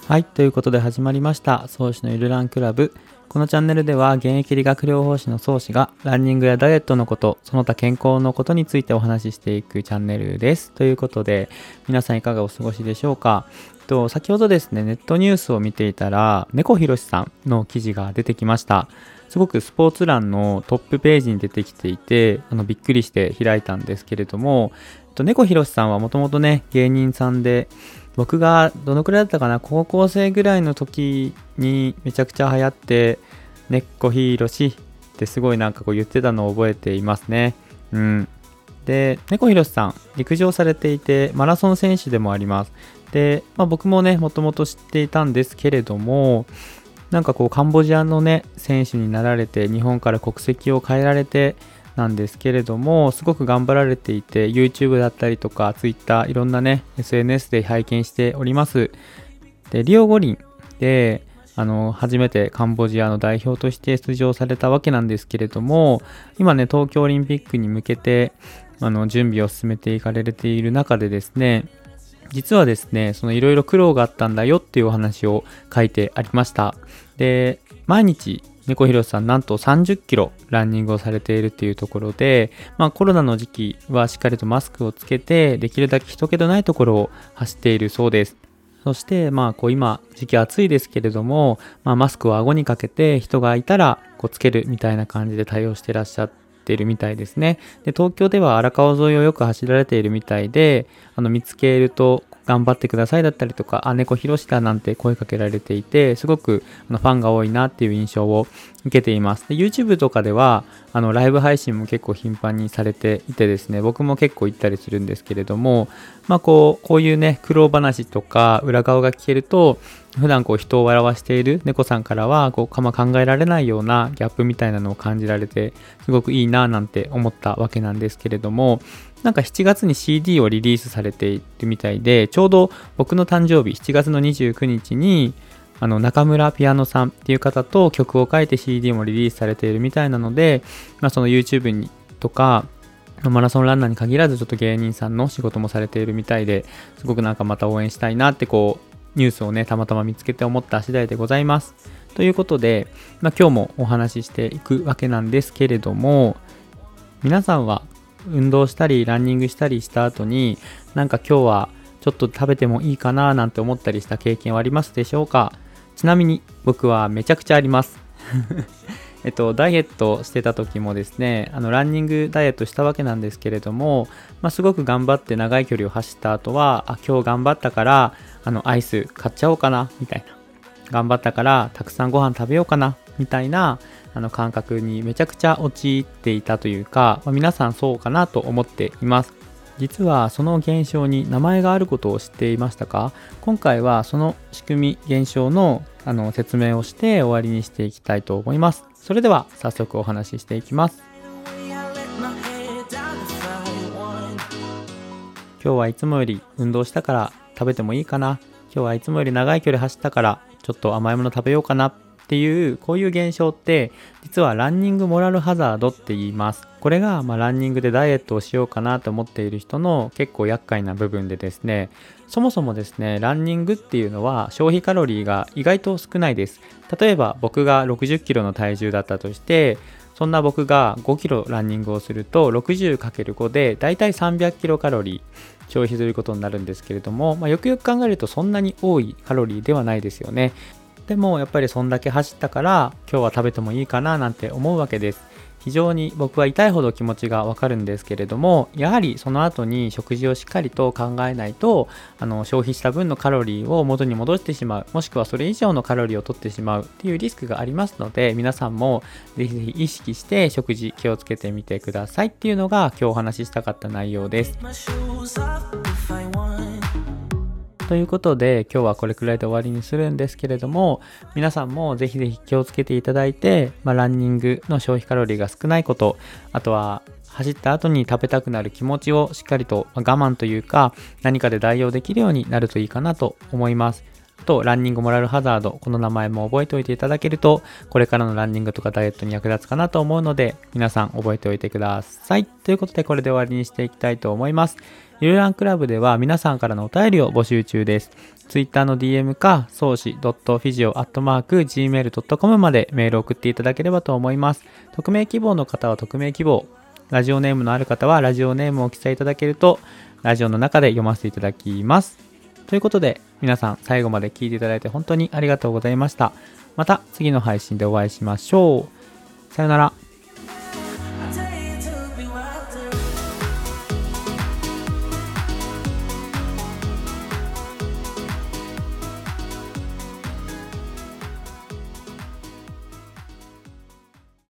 はい、ということで始まりました宗師のゆるランクラブ。このチャンネルでは現役理学療法士の宗師がランニングやダイエットのこと、その他健康のことについてお話ししていくチャンネルです。ということで皆さんいかがお過ごしでしょうか。先ほどですね、ネットニュースを見ていたら猫ひろしさんの記事が出てきました。すごくスポーツ欄のトップページに出てきていてびっくりして開いたんですけれども、猫ひろしさんはもともとね芸人さんで、僕がどのくらいだったかな、高校生ぐらいの時にめちゃくちゃ流行って猫ひろしってすごいなんかこう言ってたのを覚えていますね。で、猫ひろしさん陸上されていてマラソン選手でもあります。で、僕もねもともと知っていたんですけれども、なんかこうカンボジアのね選手になられて日本から国籍を変えられてなんですけれども、すごく頑張られていて YouTube だったりとか Twitter いろんなね SNS で拝見しております。で、リオ五輪で初めてカンボジアの代表として出場されたわけなんですけれども、今ね東京オリンピックに向けて準備を進めていかれている中でですね、実はですねいろいろ苦労があったんだよっていうお話を書いてありました。で、毎日猫ひろしさんなんと30キロランニングをされているっていうところで、コロナの時期はしっかりとマスクをつけてできるだけ人気のないところを走っているそうです。そして今時期暑いですけれども、マスクを顎にかけて人がいたらつけるみたいな感じで対応してらっしゃっているみたいですね。で、東京では荒川沿いをよく走られているみたいで、見つけると頑張ってくださいだったりとか、猫ひろしだなんて声かけられていて、すごくファンが多いなっていう印象を受けています。で、YouTube とかではライブ配信も結構頻繁にされていてですね、僕も結構行ったりするんですけれども、こういうね苦労話とか裏側が聞けると、普段人を笑わしている猫さんからは考えられないようなギャップみたいなのを感じられて、すごくいいななんて思ったわけなんですけれども、なんか7月に CD をリリースされているみたいで、ちょうど僕の誕生日7月の29日に中村ピアノさんっていう方と曲を書いて CD もリリースされているみたいなので、その YouTube にとかマラソンランナーに限らずちょっと芸人さんの仕事もされているみたいで、すごくなんかまた応援したいなってニュースをねたまたま見つけて思った次第でございます。ということで、今日もお話ししていくわけなんですけれども、皆さんは運動したりランニングしたりした後に、なんか今日はちょっと食べてもいいかななんて思ったりした経験はありますでしょうか。ちなみに僕はめちゃくちゃありますダイエットしてた時もですね、ランニングダイエットしたわけなんですけれども、すごく頑張って長い距離を走った後は、今日頑張ったからアイス買っちゃおうかなみたいな、頑張ったからたくさんご飯食べようかなみたいな感覚にめちゃくちゃ陥っていたというか、皆さんそうかなと思っています。実はその現象に名前があることを知っていましたか？今回はその仕組み現象の説明をして終わりにしていきたいと思います。それでは早速お話ししていきます。今日はいつもより運動したから食べてもいいかな、今日はいつもより長い距離走ったからちょっと甘いもの食べようかなっていう、こういう現象って実はランニングモラルハザードって言います。これがランニングでダイエットをしようかなと思っている人の結構厄介な部分でですね、そもそもですねランニングっていうのは消費カロリーが意外と少ないです。例えば僕が60キロの体重だったとして、そんな僕が5キロランニングをすると 60×5 でだいたい300キロカロリー消費することになるんですけれども、よくよく考えるとそんなに多いカロリーではないですよね。でもやっぱりそんだけ走ったから今日は食べてもいいかななんて思うわけです。非常に僕は痛いほど気持ちがわかるんですけれども、やはりその後に食事をしっかりと考えないと消費した分のカロリーを元に戻してしまう、もしくはそれ以上のカロリーを取ってしまうっていうリスクがありますので、皆さんもぜひぜひ意識して食事気をつけてみてくださいっていうのが今日お話ししたかった内容です。ということで今日はこれくらいで終わりにするんですけれども、皆さんもぜひぜひ気をつけていただいて、ランニングの消費カロリーが少ないこと、あとは走った後に食べたくなる気持ちをしっかりと我慢というか何かで代用できるようになるといいかなと思います。 あとランニングモラルハザード、この名前も覚えておいていただけるとこれからのランニングとかダイエットに役立つかなと思うので、皆さん覚えておいてください。ということでこれで終わりにしていきたいと思います。ゆるランクラブでは皆さんからのお便りを募集中です。Twitter の DM かそうし .physio@gmail.com までメールを送っていただければと思います。匿名希望の方は匿名希望、ラジオネームのある方はラジオネームを記載いただけるとラジオの中で読ませていただきます。ということで皆さん最後まで聞いていただいて本当にありがとうございました。また次の配信でお会いしましょう。さよなら。